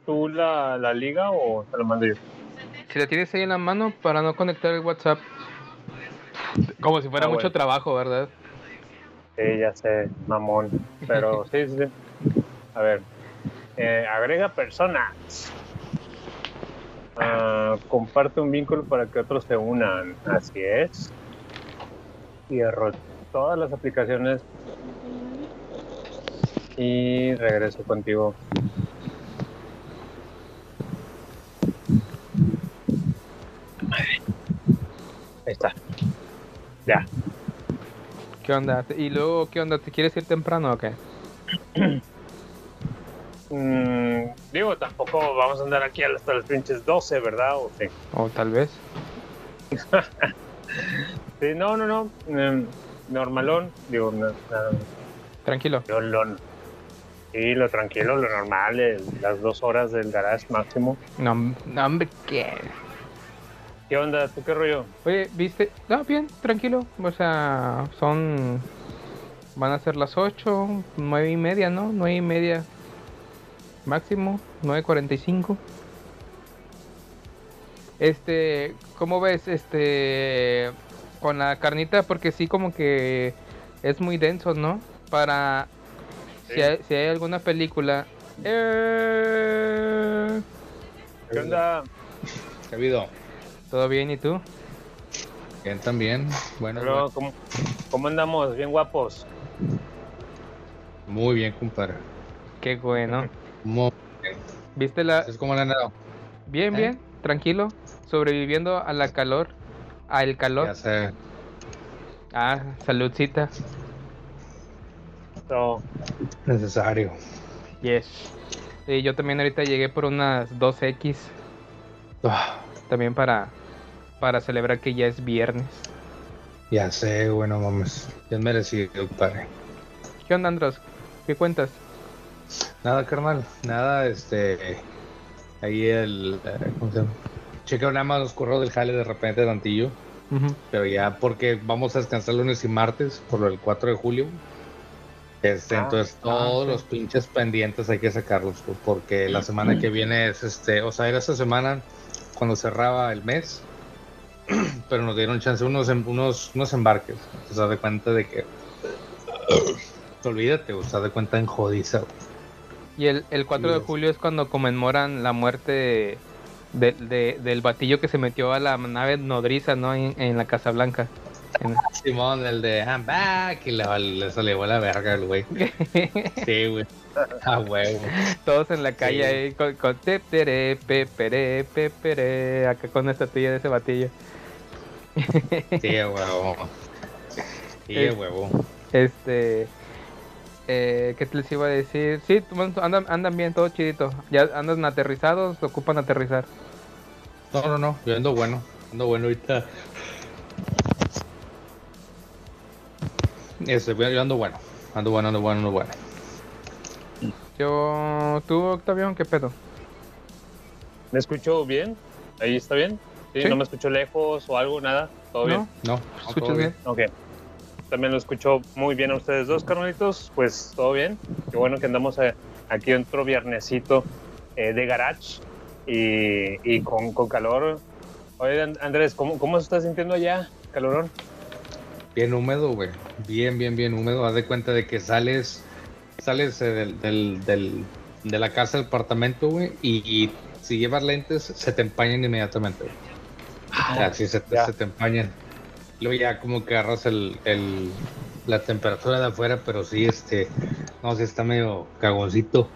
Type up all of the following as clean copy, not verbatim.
tú la liga o te la mando yo? Si la tienes ahí en la mano para no conectar el WhatsApp, como si fuera mucho Bueno, trabajo, ¿verdad? sí, ya sé, mamón. Pero sí, sí, sí. A ver, agrega personas. Comparte un vínculo para que otros se unan. Así es. Cierro todas las aplicaciones y regreso contigo. Ahí está. Ya. ¿Qué onda? Y luego, ¿qué onda? ¿Te quieres ir temprano o qué? Digo, tampoco vamos a andar aquí hasta las pinches 12, ¿verdad? ¿O sí? O tal vez. Sí, no, no, no. Normalón. Digo, Tranquilo. yo sí, lo tranquilo, lo normal, las 2 horas del garage máximo. No, no, hombre, ¿qué? ¿Qué onda? ¿Tú qué rollo? Oye, ¿viste? No, bien, tranquilo. O sea, van a ser las 8, 9:30, ¿no? 9:30 máximo, 9:45. ¿Cómo ves? Con la carnita, porque sí, como que es muy denso, ¿no? Para Sí. si hay alguna película. ¿Qué onda? ¿Qué ha habido? ¿Todo bien y tú? Bien también. Bueno, bueno. Pero, ¿cómo andamos? Bien guapos. Muy bien, compadre. Qué bueno. Muy bien. ¿Viste la? ¿Ustedes cómo le han dado? Bien, ¿Eh? bien, tranquilo. Sobreviviendo a la calor. A el calor. Ya sé. Ah, saludcita. So, Necesario. Yes. Y yo también ahorita llegué por unas 2X. Ah, También para celebrar que ya es viernes. ya sé, bueno, mames. Bien merecido, compadre. ¿Qué onda, Andros? ¿Qué cuentas? Nada, carnal. Nada, ahí ¿cómo se llama? Chequeo nada más los correos del jale de repente tantillo. Ujú. Pero ya porque vamos a descansar lunes y martes por lo del 4 de julio. Entonces todos sí. los pinches pendientes hay que sacarlos, porque la semana que viene es o sea, era esta semana cuando cerraba el mes, pero nos dieron chance unos embarques. Entonces, haz de cuenta de que, olvídate, o sea, de cuenta en jodiza. Y el 4 de julio es cuando conmemoran la muerte del batillo que se metió a la nave nodriza, ¿no? En la Casa Blanca. Simón, el de I'm back, y le salió la verga el güey. Sí, güey. Ah, huevo. Todos en la calle Sí. ahí con tepere, pepere, pepere, acá con una estatuilla de ese batillo. Sí, a huevo. Sí, a Es- huevo. Este, ¿qué te les iba a decir? Sí, andan bien, todo chidito. Ya andan aterrizados, ocupan aterrizar. No, no, no, yo ando bueno. Ando bueno ahorita. Yo ando bueno. Ando bueno, ando bueno, ando bueno. ¿Tú, Octavión, qué pedo? ¿me escucho bien? ¿Ahí está bien? ¿Sí? Sí. ¿No me escucho lejos o algo? ¿Nada? ¿Todo bien? No, no, ¿Escuchas todo bien? Ok. También lo escucho muy bien a ustedes dos, carnalitos. Pues todo bien. Qué bueno que andamos aquí otro viernesito de garage y con calor. Oye, Andrés, ¿cómo se está sintiendo allá? ¿Calorón? Bien húmedo, güey. Bien, bien, bien húmedo. Haz de cuenta de que sales de la casa al apartamento, güey, y si llevas lentes, se te empañan inmediatamente, güey. O sea, sí, Ya. se te empañan. Luego ya como que agarras la temperatura de afuera, pero sí, no sé, está medio cagoncito.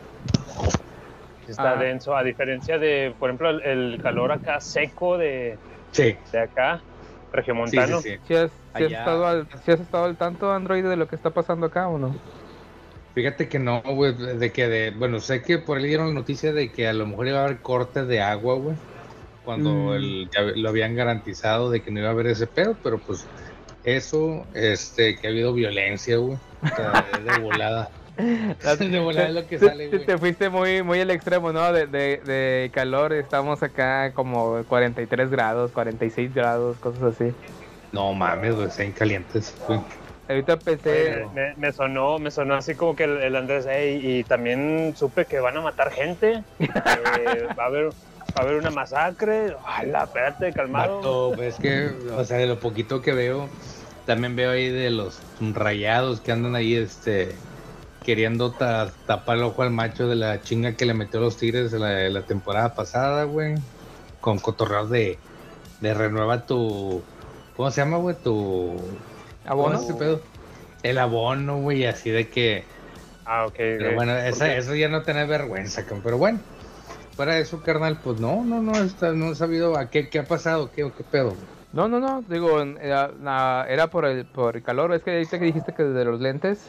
Está Ah, denso, a diferencia de, por ejemplo, el calor acá seco Sí, de acá, sí, sí, regiomontano. sí. ¿Si Allá, has estado al tanto, Android, de lo que está pasando acá o no? fíjate que no, güey, bueno, sé que por ahí dieron la noticia de que a lo mejor iba a haber cortes de agua, güey, cuando Mm. ya lo habían garantizado de que no iba a haber ese pedo, pero pues eso, que ha habido violencia, güey, o sea, de volada, La- de volada Te, es lo que te- sale, te- güey. te fuiste muy al extremo, ¿no? De calor, estamos acá como 43 grados, 46 grados, cosas así. No mames, güey, están calientes, güey. ahorita pensé... Me sonó así como que el Andrés, "Ey, y también supe que van a matar gente, va a haber una masacre, ojalá, espérate, calmado". Vato, es que, o sea, de lo poquito que veo, también veo ahí de los rayados que andan ahí, queriendo tapar el ojo al macho de la chinga que le metió los Tigres de la temporada pasada, güey. Con cotorreos de renueva tu... ¿Cómo se llama, güey? Tu... ¿Abono? ¿Cómo es ese pedo? El abono, güey, así de que... Ah, ok. Pero bueno, eso ya no tener vergüenza, cabrón. Pero bueno, fuera de eso, carnal, pues no he sabido a qué ha pasado, qué pedo. No, digo, era por el calor. Es que ahorita que dijiste que de los lentes,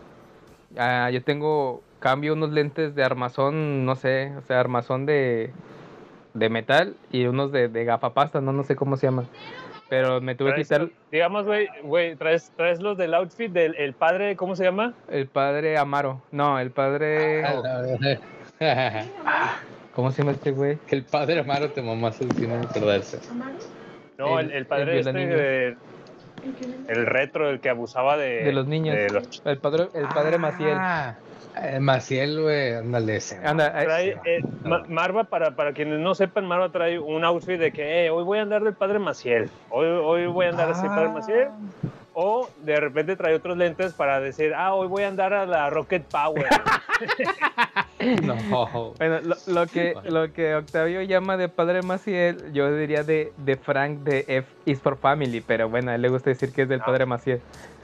yo cambio unos lentes de armazón, no sé, o sea, armazón de metal y unos de gafapasta, no sé cómo se llaman. Pero me tuve que quitar Digamos, güey, traes los del outfit del el padre, ¿cómo se llama? el padre Amaro. No, el padre... ¿Cómo se llama este güey? El padre Amaro te mamaste sin acordarse. No, el padre violaniños. el retro, el que abusaba De los niños. El padre Maciel. Maciel, güey, ándale ese. Anda, Trae, Marva, para quienes no sepan, Marva trae un outfit de que hoy voy a andar del padre Maciel, hoy voy a andar así padre Maciel, o de repente trae otros lentes para decir, hoy voy a andar a la Rocket Power. No. Bueno, lo que Octavio llama de padre Maciel, yo diría de Frank de F is for Family, pero bueno, a él le gusta decir que es del padre Maciel.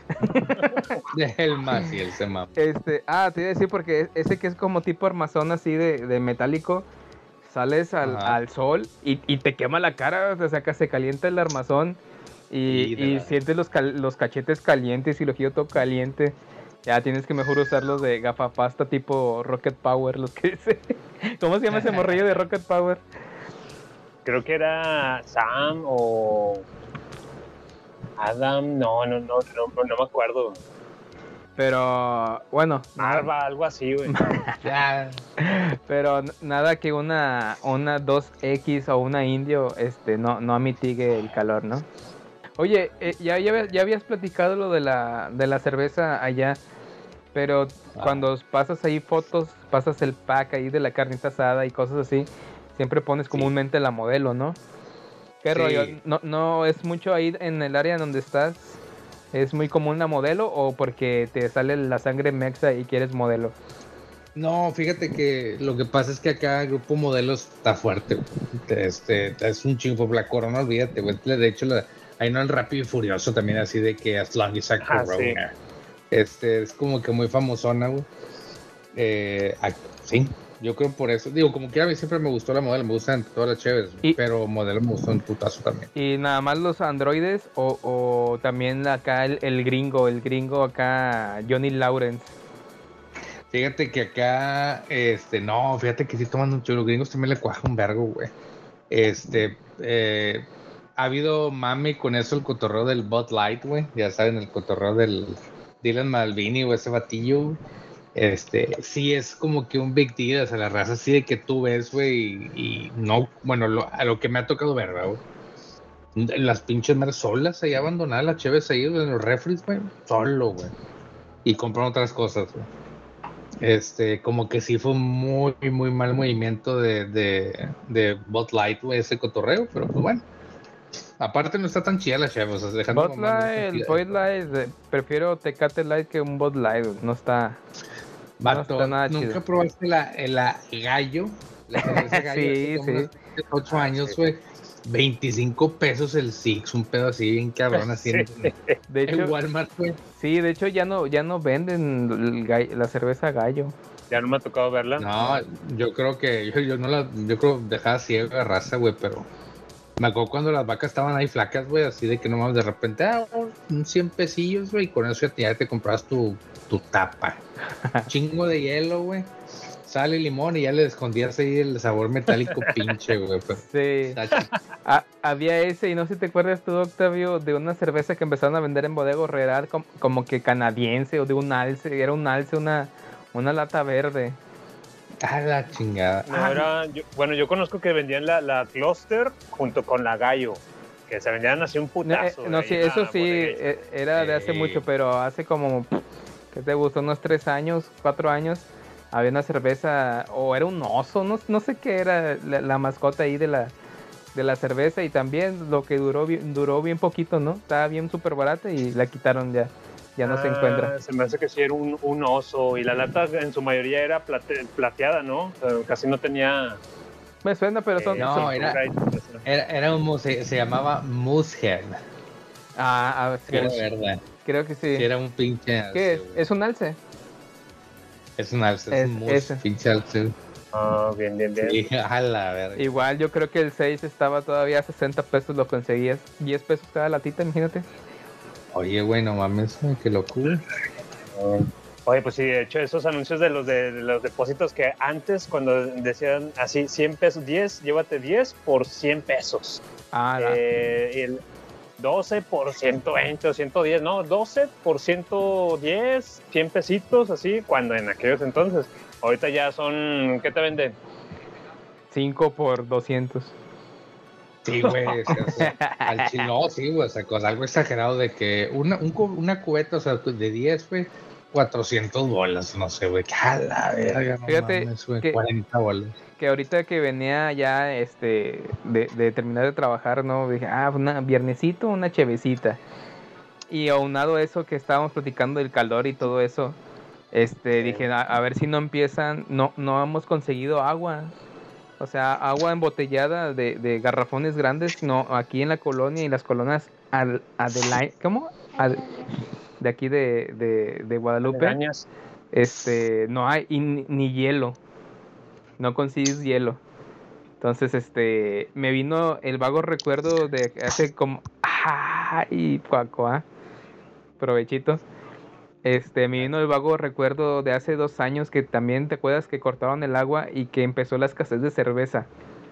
El Maciel se mama. Te iba a decir porque ese que es como tipo armazón así de metálico, sales al sol y te quema la cara, o sea, que se calienta el armazón y sientes los cachetes calientes y el ojillo todo caliente. Ya tienes que mejor usar los de gafapasta tipo Rocket Power, los que dice. ¿Cómo se llama ese morrillo de Rocket Power? Creo que era Sam o Adam, no me acuerdo. Pero bueno, Marva, algo así, güey. Pero nada que una 2X o una indio no mitigue el calor, ¿no? Oye, ya habías platicado lo de la cerveza allá, pero cuando pasas ahí fotos, pasas el pack ahí de la carnita asada y cosas así, siempre pones comúnmente la modelo, ¿no? ¿Qué rollo? ¿No es mucho ahí en el área donde estás? ¿Es muy común la modelo o porque te sale la sangre mexa y quieres modelo? No, fíjate que lo que pasa es que acá el grupo modelos está fuerte, güey. Es un chingo, la Corona, olvídate, güey. De hecho, hay no el Rápido y Furioso también, así de que as long as I can roll. Es como que muy famosona, güey. Sí, yo creo por eso. Digo, como que a mí siempre me gustó la modelo, me gustan todas las chéveres, pero modelo me gustó un putazo también. ¿Y nada más los androides o también acá el gringo acá, Johnny Lawrence? Fíjate que acá, no, fíjate que sí toman un chulo. Los gringos también le cuaja un vergo, güey. Ha habido mami con eso, el cotorreo del Bud Light, güey. Ya saben, el cotorreo del Dylan Malvini o ese batillo. Sí es como que un big deal, o sea, la raza así de que tú ves, güey, y no, bueno, a lo que me ha tocado ver, güey. Las pinches madres solas ahí abandonadas, las chéves ahí en los refres, güey, solo, güey. Y compran otras cosas, güey. Como que sí fue un muy, muy mal movimiento de Bud Light, güey, ese cotorreo, pero pues bueno. Aparte no está tan chida la cheve, o sea, dejando Bud Light, prefiero Tecate Light que un Bud Light, no está... Vato, no está nada ¿nunca chido. probaste la gallo? La cerveza gallo. Sí. 8 años, güey. 25 pesos el Six, un pedo así bien cabrón, así De hecho, en Walmart, güey. Sí, de hecho ya no venden la cerveza gallo. Ya no me ha tocado verla. No, yo creo que yo creo dejaba ciega la raza, güey, pero me acuerdo cuando las vacas estaban ahí flacas, güey, así de que nomás de repente, un 100 pesillos, güey, y con eso ya te comprabas tu tapa. Chingo de hielo, güey. Sal y limón y ya le escondías ahí el sabor metálico pinche, güey. Sí. Había ese, y no sé si te acuerdas tú, Octavio, de una cerveza que empezaron a vender en Bodega Herrera como que canadiense o de un alce. Era un alce, una lata verde. La chingada. No, yo conozco que vendían la Cluster junto con la Gallo. que se vendían así un putazo. No, ahí sí, en la eso sí, bodega. era de hace mucho, pero hace como, ¿qué te gustó? Unos 3 años, 4 años, había una cerveza, o era un oso, no sé qué era la mascota ahí de la cerveza, y también lo que duró bien poquito, ¿no? Estaba bien súper barata y la quitaron ya no se encuentra. Se me hace que sí era un oso, y la lata en su mayoría era plateada, ¿no? O sea, casi no tenía... Me suena, pero son... No, son- era se llamaba Moosehead. Ah, sí, Era verdad. creo que sí. Sí, era un pinche alce, ¿Qué es? güey. ¿Es un alce? Es un alce, es un moose, Ese. pinche alce. Bien, bien, bien. Sí, a la verga. Igual yo creo que el 6 estaba todavía a 60 pesos, lo conseguías. 10 pesos cada latita, imagínate. Oye, güey, no mames, güey, qué locura. Oye, pues sí, de hecho, esos anuncios de los depósitos que antes, cuando decían así, 100 pesos, 10, llévate 10 por 100 pesos. El 12 por 120 o 110, no, 12 por 110, 100 pesitos, así, cuando en aquellos entonces. Ahorita ya son, ¿qué te venden? 5 por 200. Sí, güey, o sea, al chino, sí, güey, o sea, con algo exagerado de que una cubeta, o sea, de 10, güey, $400, no sé, güey, a la verga, no Fíjate mames, güey, que- $40. Que ahorita que venía ya de terminar de trabajar, ¿no? Dije, una viernesito, una chevecita. Y aunado a eso que estábamos platicando del calor y todo eso, dije, a ver si no empiezan, no hemos conseguido agua. O sea, agua embotellada de garrafones grandes, no, aquí en la colonia y las colonias ¿cómo? De aquí de Guadalupe, Aledañas. no hay y ni hielo, no consigues hielo. Entonces, me vino el vago recuerdo de hace como, ¡ay, cuacoa! Provechito. Me vino el vago recuerdo de hace 2 años que también te acuerdas que cortaron el agua y que empezó la escasez de cerveza.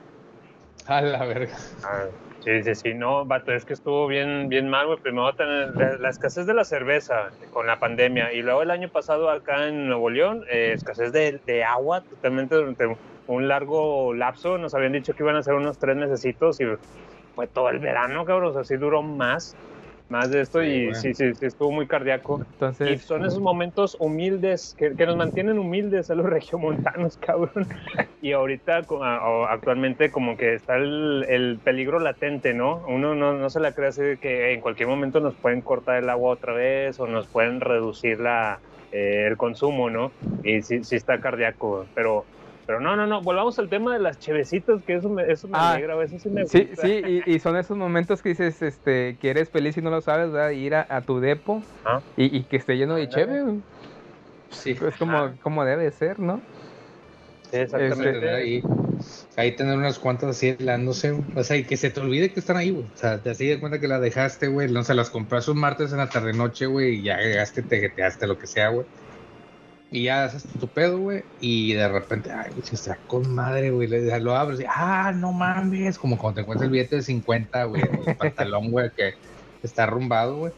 A la verga. Sí, no, vato, es que estuvo bien, bien mal, güey. Primero la escasez de la cerveza con la pandemia, y luego el año pasado acá en Nuevo León, escasez de agua totalmente durante un largo lapso. Nos habían dicho que iban a ser unos 3 mesecitos, y fue todo el verano, cabrón. O sea, sí duró más de esto, Sí, y güey. sí, estuvo muy cardíaco. Entonces, Y son esos momentos humildes que nos mantienen humildes a los regiomontanos, cabrón. Y ahorita, actualmente, como que está el peligro latente, ¿no? Uno no se la cree así de que en cualquier momento nos pueden cortar el agua otra vez, o nos pueden reducir el consumo, ¿no? Y sí está cardíaco, pero no, volvamos al tema de las chevecitas, que eso me alegra, a veces sí me gusta. sí, y son esos momentos que dices, que eres feliz y no lo sabes, ¿verdad? Ir a tu depo y que esté lleno de Ándale. cheve, güey. Sí. Es como debe ser, ¿no? Sí, exactamente. Ahí tener unas cuantas así helándose, güey. O sea, y que se te olvide que están ahí, güey. O sea, te así de cuenta que las dejaste, güey. No se las compraste un martes en la tarde-noche, güey, y ya llegaste, te jeteaste, lo que sea, güey. Y ya haces tu pedo, güey, y de repente, ay, güey, se está con madre, güey. Lo abres y, no mames. Como cuando te encuentras el billete de 50, güey, en el pantalón, güey, que está arrumbado, güey.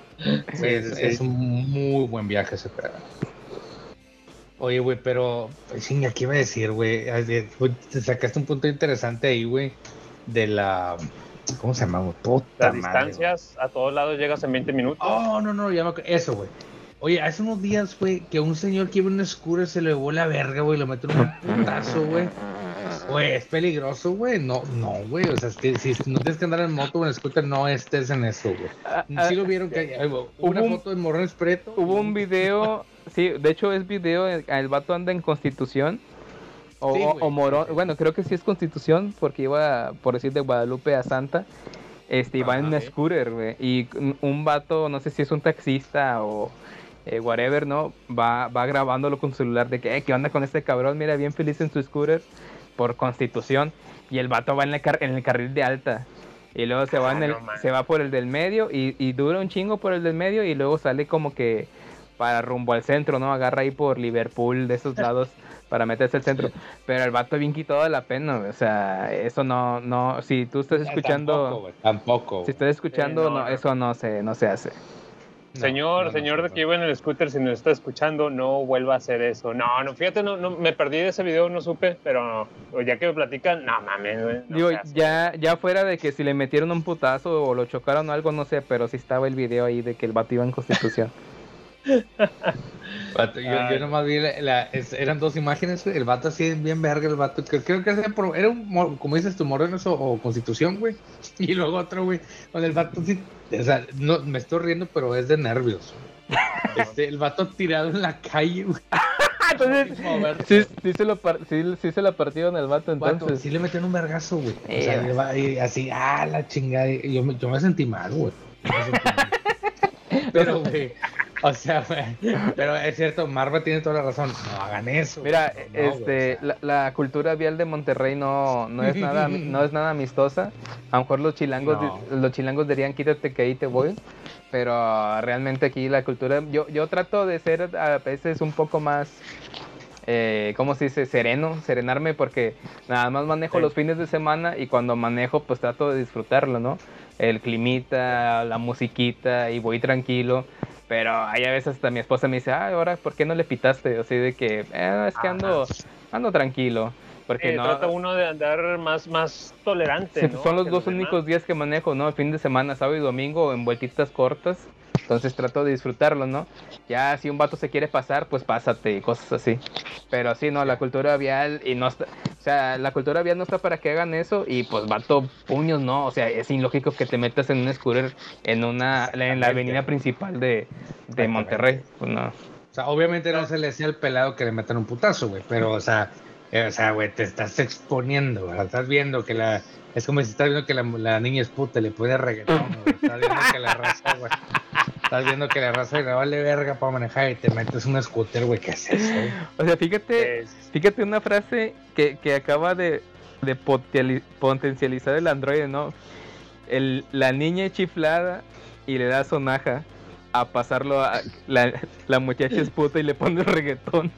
Es un muy buen viaje ese pedo. Oye, güey, pero, chinga, ¿qué iba a decir, güey? Te sacaste un punto interesante ahí, güey, de la... ¿Cómo se llama, güey? Puta Las madre, distancias, güey. A todos lados llegas en 20 minutos. No, eso, güey. Oye, hace unos días, güey, que un señor que iba en una scooter se le llevó la verga, güey, lo metió en un putazo, güey. Güey, es peligroso, güey. No, güey, o sea, si no tienes que andar en moto o en scooter, no estés en eso, güey. Sí lo vieron que hay una foto de Morrones Preto. Hubo un video, sí, de hecho es video, el vato anda en Constitución. O Morón, bueno, creo que sí es Constitución, porque iba, por decir, de Guadalupe a Santa. Iba en un scooter, güey. Y un vato, no sé si es un taxista o whatever, ¿no? Va grabándolo con su celular de que, ¿qué onda con este cabrón? Mira, bien feliz en su scooter por Constitución. Y el vato va en el carril de alta. Y luego se va por el del medio y dura un chingo por el del medio, y luego sale como que para rumbo al centro, ¿no? Agarra ahí por Liverpool, de esos lados, para meterse al centro. Pero el vato bien quitado de la pena, güey. O sea, eso no, si tú estás escuchando... Tampoco, güey. Si estás escuchando, eso no se hace. Señor de que iba en el scooter, si nos está escuchando, no vuelva a hacer eso. No, fíjate, no, me perdí de ese video, no supe, pero ya que me platican, no mames, güey. Digo, ya fuera de que si le metieron un putazo o lo chocaron o algo, no sé, pero sí estaba el video ahí de que el vato iba en Constitución. Vato, yo nomás vi eran dos imágenes, güey. El vato así bien verga, el vato, creo que era un, como dices tu Morenos o Constitución, güey. Y luego otro, güey, donde el vato sí, o sea, no, me estoy riendo, pero es de nervios. El vato tirado en la calle, güey. Entonces, sí se la partieron el vato, entonces. Vato, sí le metieron un vergazo, güey. O sea, y así, la chingada. Yo me sentí mal, güey. Pero, güey, o sea, pero es cierto, Marva tiene toda la razón. No hagan eso. Mira, la cultura vial de Monterrey no es nada amistosa. A lo mejor los chilangos dirían quítate que ahí te voy. Pero realmente aquí la cultura, yo trato de ser a veces un poco más, ¿cómo se dice? Serenarme, porque nada más manejo los fines de semana y cuando manejo pues trato de disfrutarlo, ¿no? El climita, la musiquita y voy tranquilo. Pero hay a veces hasta mi esposa me dice, ahora, ¿por qué no le pitaste? Así de que, es que ando tranquilo. Porque trata uno de andar más tolerante, sí, ¿no? Son los dos únicos días que manejo, ¿no? El fin de semana, sábado y domingo, en vueltitas cortas. Entonces trato de disfrutarlo, ¿no? Ya si un vato se quiere pasar, pues pásate y cosas así. Pero sí, no, la cultura vial la cultura vial no está para que hagan eso y pues vato, puños, ¿no? O sea, es ilógico que te metas en un scooter en la avenida principal de Monterrey. Pues no. O sea, obviamente no se le hacía al pelado que le metan un putazo, güey, pero, o sea, güey, te estás exponiendo, ¿verdad? Estás viendo que es como si estás viendo que la niña es puta, le pone reggaetón, güey. Estás viendo que la raza, güey. Estás viendo que la raza le vale verga para manejar y te metes un scooter, güey. ¿Qué es eso? O sea, fíjate una frase que acaba de potencializar el androide, ¿no? La niña chiflada y le da sonaja. A pasarlo a la muchacha es puta y le pone reggaetón.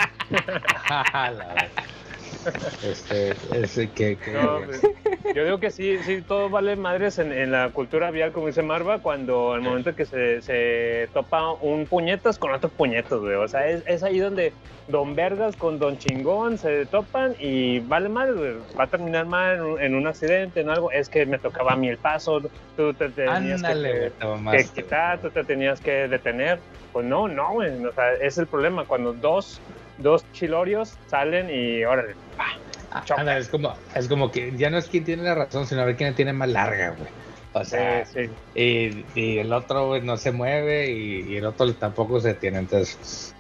Yo digo que sí, todo vale madres en la cultura vial, como dice Marva, cuando al momento que se topa un puñetas con otro puñetas, güey. O sea, es ahí donde Don Vergas con Don Chingón se topan y vale madre, güey. Va a terminar mal en un accidente, en algo. Es que me tocaba a mí el paso, tú te tenías que quitar, tú te tenías que detener. Pues no, güey. O sea, es el problema cuando dos chilorios salen y órale, es como que ya no es quien tiene la razón, sino a ver quién tiene más larga, güey. O sea, sí. Y el otro, güey, no se mueve y el otro tampoco se tiene. Entonces,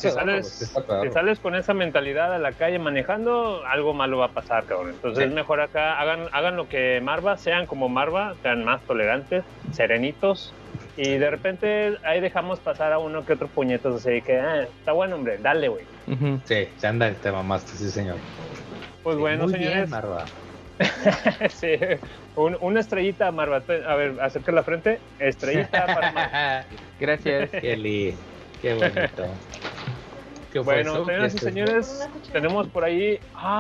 si sales con esa mentalidad a la calle manejando, algo malo va a pasar, cabrón. Entonces es mejor acá, hagan lo que Marva, sean como Marva, sean más tolerantes, serenitos. Y de repente ahí dejamos pasar a uno que otro puñetos, así que está bueno, hombre, dale, güey. Uh-huh. Sí, se anda, te mamaste, sí, señor. Pues bueno, muy señores. Bien, Marva. Sí, una estrellita, Marva. A ver, acerca la frente. Estrellita para Marva. Gracias. Qué bonito. Bueno, señoras y señores, tenemos por ahí.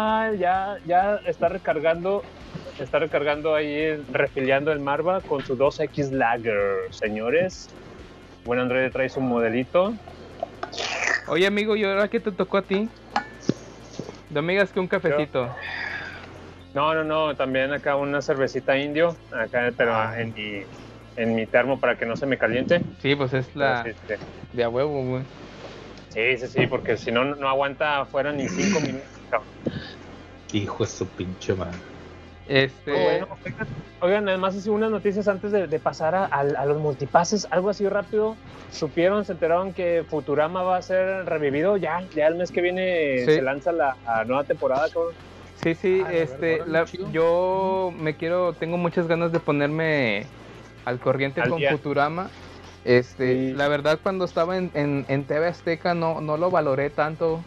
Ya está recargando. Está recargando ahí, refiliando el Marva con su 2X Lager, señores. Bueno, Andrés trae su modelito. Oye, amigo, ¿y ahora qué te tocó a ti? No me digas que un cafecito. No, también acá una cervecita indio, acá, pero en mi termo para que no se me caliente. Sí, pues es la de a huevo, güey. Sí, porque si no aguanta afuera ni 5 minutos. Hijo de su pinche madre. Bueno, oigan, además así unas noticias antes de pasar a los multipases, algo así rápido. Se enteraron que Futurama va a ser revivido ya el mes que viene. Se lanza la nueva temporada, cabrón. Sí, yo tengo muchas ganas de ponerme al corriente con día. Futurama. La verdad, cuando estaba en TV Azteca no lo valoré tanto.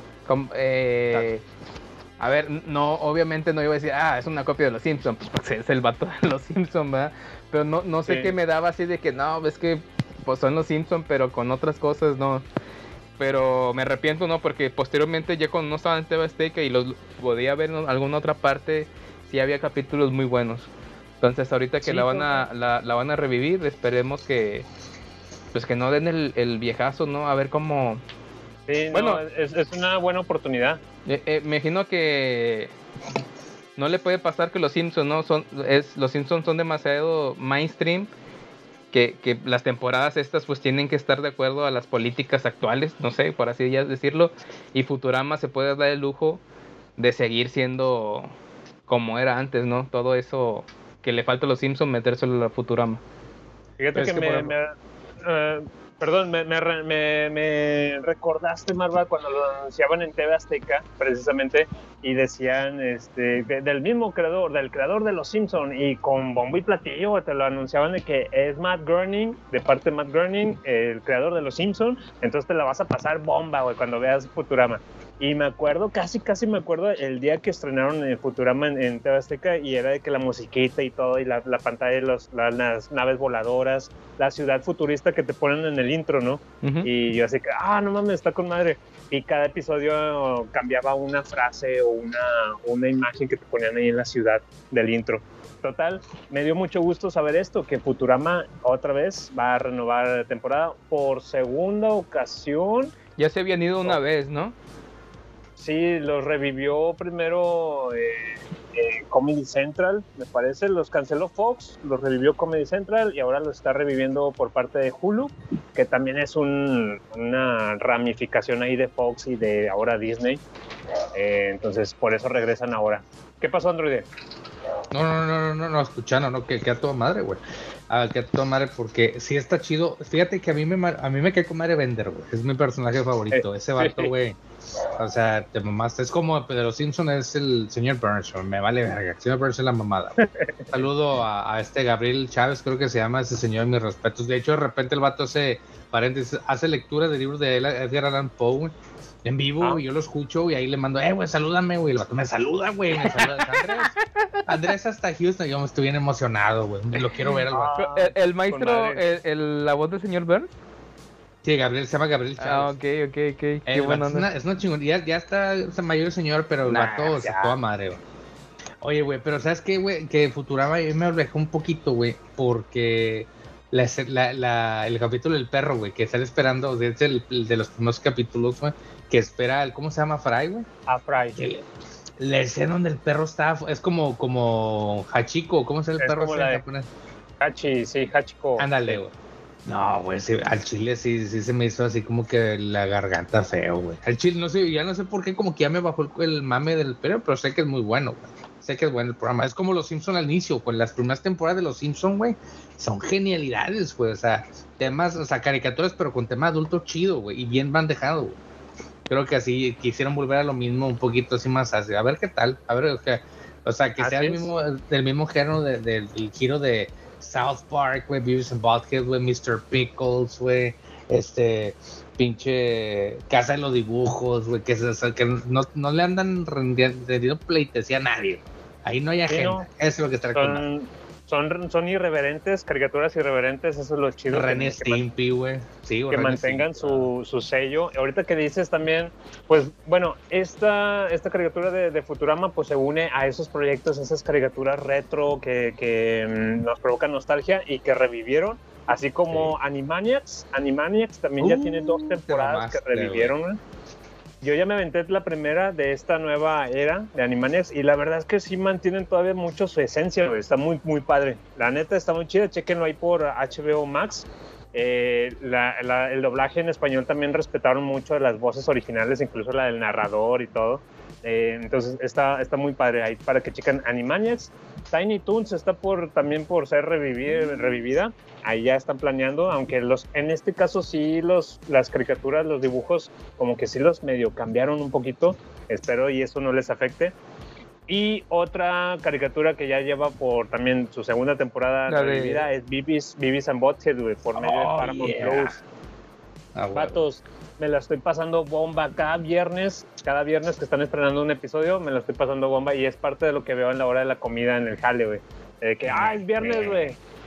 A ver, no, obviamente no iba a decir, es una copia de Los Simpsons, pues es el vato de Los Simpsons, ¿verdad? Pero no sé qué me daba así de que, no, es que pues son Los Simpsons, pero con otras cosas, no. Pero me arrepiento, ¿no? Porque posteriormente, ya cuando no estaba en TV Azteca y los podía ver en alguna otra parte, sí había capítulos muy buenos. Entonces, ahorita que la van a revivir, esperemos que pues que no den el viejazo, ¿no? A ver cómo... Sí, bueno, no, es una buena oportunidad. me imagino que no le puede pasar que los Simpsons, ¿no? Los Simpsons son demasiado mainstream, que las temporadas estas pues tienen que estar de acuerdo a las políticas actuales, no sé, por así ya decirlo, y Futurama se puede dar el lujo de seguir siendo como era antes, ¿no? Todo eso que le falta a los Simpsons, metérselo a Futurama. Fíjate que perdón, me recordaste, Marva, cuando lo anunciaban en TV Azteca, precisamente, y decían del mismo creador, del creador de Los Simpson, y con bombo y platillo te lo anunciaban de que es Matt Groening, de parte de Matt Groening, el creador de Los Simpson, entonces te la vas a pasar bomba, güey, cuando veas Futurama. Y me acuerdo, casi me acuerdo el día que estrenaron Futurama en TV Azteca, y era de que la musiquita y todo, y la pantalla de las naves voladoras, la ciudad futurista que te ponen en el intro, ¿no? Uh-huh. Y yo así que, no mames, está con madre. Y cada episodio cambiaba una frase o una imagen que te ponían ahí en la ciudad del intro. Total, me dio mucho gusto saber esto, que Futurama otra vez va a renovar la temporada por segunda ocasión. Ya se habían ido una vez, ¿no? Sí, los revivió primero Comedy Central, me parece, los canceló Fox, los revivió Comedy Central y ahora los está reviviendo por parte de Hulu, que también es una ramificación ahí de Fox y de ahora Disney, entonces por eso regresan ahora. ¿Qué pasó, Android? No, escuchando, no, que a toda madre, güey. Que a toda madre, porque sí está chido. Fíjate que a mí me cae con madre Bender, güey. Es mi personaje favorito. Ese vato, güey. O sea, te mamaste. Es como de los Simpsons es el señor Burns, me vale verga. El señor Burns es la mamada. Saludo a Gabriel Chávez, creo que se llama ese señor, mis respetos. De hecho, de repente el vato hace lectura de libros de Edgar Allan Poe, güey, en vivo, y yo lo escucho y ahí le mando, güey, salúdame, güey. El vato me saluda, güey. Andrés hasta Houston. Yo me estoy bien emocionado, güey. Lo quiero ver al vato. ¿El maestro, la voz del señor Burns? Sí, se llama Gabriel Chávez. Ok. Qué bueno. Es una chingonía. Ya está mayor el señor, pero el vato se toda madre, güey. Oye, güey, pero ¿sabes qué, güey? Que Futurama me alejó un poquito, güey, porque el capítulo del perro, güey, que están esperando, es el de los primeros capítulos, güey, que espera ¿cómo se llama? Fry, güey. Fry. La escena donde el perro está, es como Hachiko, ¿cómo se llama el perro en japonés? Hachiko. Ándale, güey. No, güey, sí, al chile sí se me hizo así como que la garganta feo, güey. Al chile, ya no sé por qué, como que ya me bajó el mame del perro, pero sé que es muy bueno, güey. Sé que es bueno el programa. Es como Los Simpsons al inicio, pues las primeras temporadas de Los Simpsons, güey, son genialidades, güey. O sea, caricaturas, pero con tema adulto chido, güey, y bien bandejado, güey. Creo que así quisieron volver a lo mismo, un poquito así más así. A ver qué tal, a ver, o sea, que sea del mismo género del giro de South Park, güey, Beavis and Butthead, güey, Mr. Pickles, güey, pinche Casa de los Dibujos, güey, que no le andan rendiendo pleitesía a nadie. Ahí no hay agenda, no. Eso es lo que está son irreverentes, caricaturas irreverentes, eso es lo chido. Ren y Stimpy, güey. Sí, que mantengan su sello. Ahorita que dices también, pues bueno, esta caricatura de Futurama pues se une a esos proyectos, esas caricaturas retro que nos provocan nostalgia y que revivieron, así como sí. Animaniacs también ya tiene 2 temporadas que revivieron, güey. Yo ya me aventé la primera de esta nueva era de Animaniacs y la verdad es que sí mantienen todavía mucho su esencia, güey. Está muy, muy padre. La neta está muy chida, chéquenlo ahí por HBO Max. El doblaje en español también respetaron mucho de las voces originales, incluso la del narrador y todo. Entonces está muy padre ahí para que chequen Animaniacs. Tiny Toons está también por ser revivida. Ahí ya están planeando, aunque en este caso sí las caricaturas, los dibujos, como que sí los medio cambiaron un poquito. Espero y eso no les afecte. Y otra caricatura que ya lleva por también su segunda temporada revivida es Beavis and Butthead, por medio de Paramount Plus. Vatos, me la estoy pasando bomba cada viernes que están estrenando un episodio, me la estoy pasando bomba y es parte de lo que veo en la hora de la comida en el jale, güey. Es viernes, güey.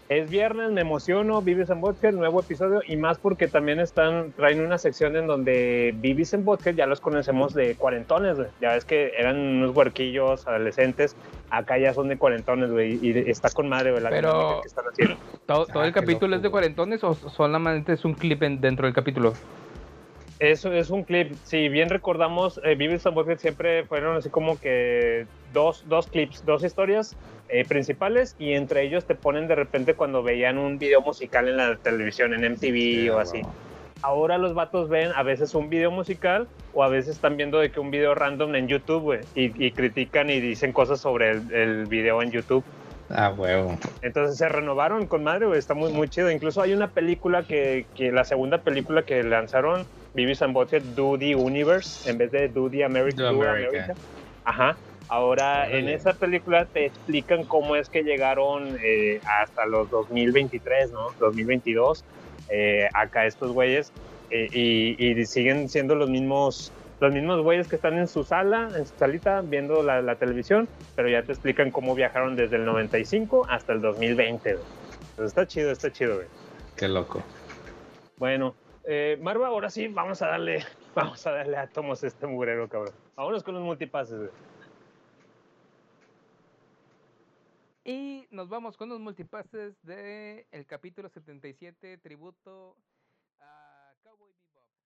es viernes, me emociono, Beavis and Butthead, nuevo episodio, y más porque también traen una sección en donde Beavis and Butthead ya los conocemos de cuarentones, güey. Ya ves que eran unos huerquillos adolescentes, acá ya son de cuarentones, güey, y está con madre, güey, la dinámica que están haciendo. ¿Todo el capítulo loco, es de cuarentones o solamente es un clip dentro del capítulo? Eso es un clip. Si bien recordamos, Beavis and Butthead siempre fueron así como que dos clips, dos historias principales, y entre ellos te ponen de repente cuando veían un video musical en la televisión, en MTV Sí, o así. Ahora los vatos ven a veces un video musical o a veces están viendo de que un video random en YouTube, güey, y critican y dicen cosas sobre el video en YouTube. Huevo. Entonces se renovaron con madre, güey, está muy, muy chido. Incluso hay una película que la segunda película que lanzaron, Beavis and Butthead Do the Universe, en vez de Do the America. Do America. Ajá. Ahora, Órale. en esa película te explican cómo es que llegaron hasta los 2023, ¿no? 2022, acá estos güeyes, y siguen siendo los mismos güeyes que están en su sala, en su salita, viendo la televisión, pero ya te explican cómo viajaron desde el 95 hasta el 2020, güey. Entonces está chido, güey. Qué loco. Bueno, Marva, ahora sí, vamos a darle átomos a este mugrero, cabrón. Vámonos con los multipases, güey. Y nos vamos con los multipases de el capítulo 77, tributo a Cowboy Bebop.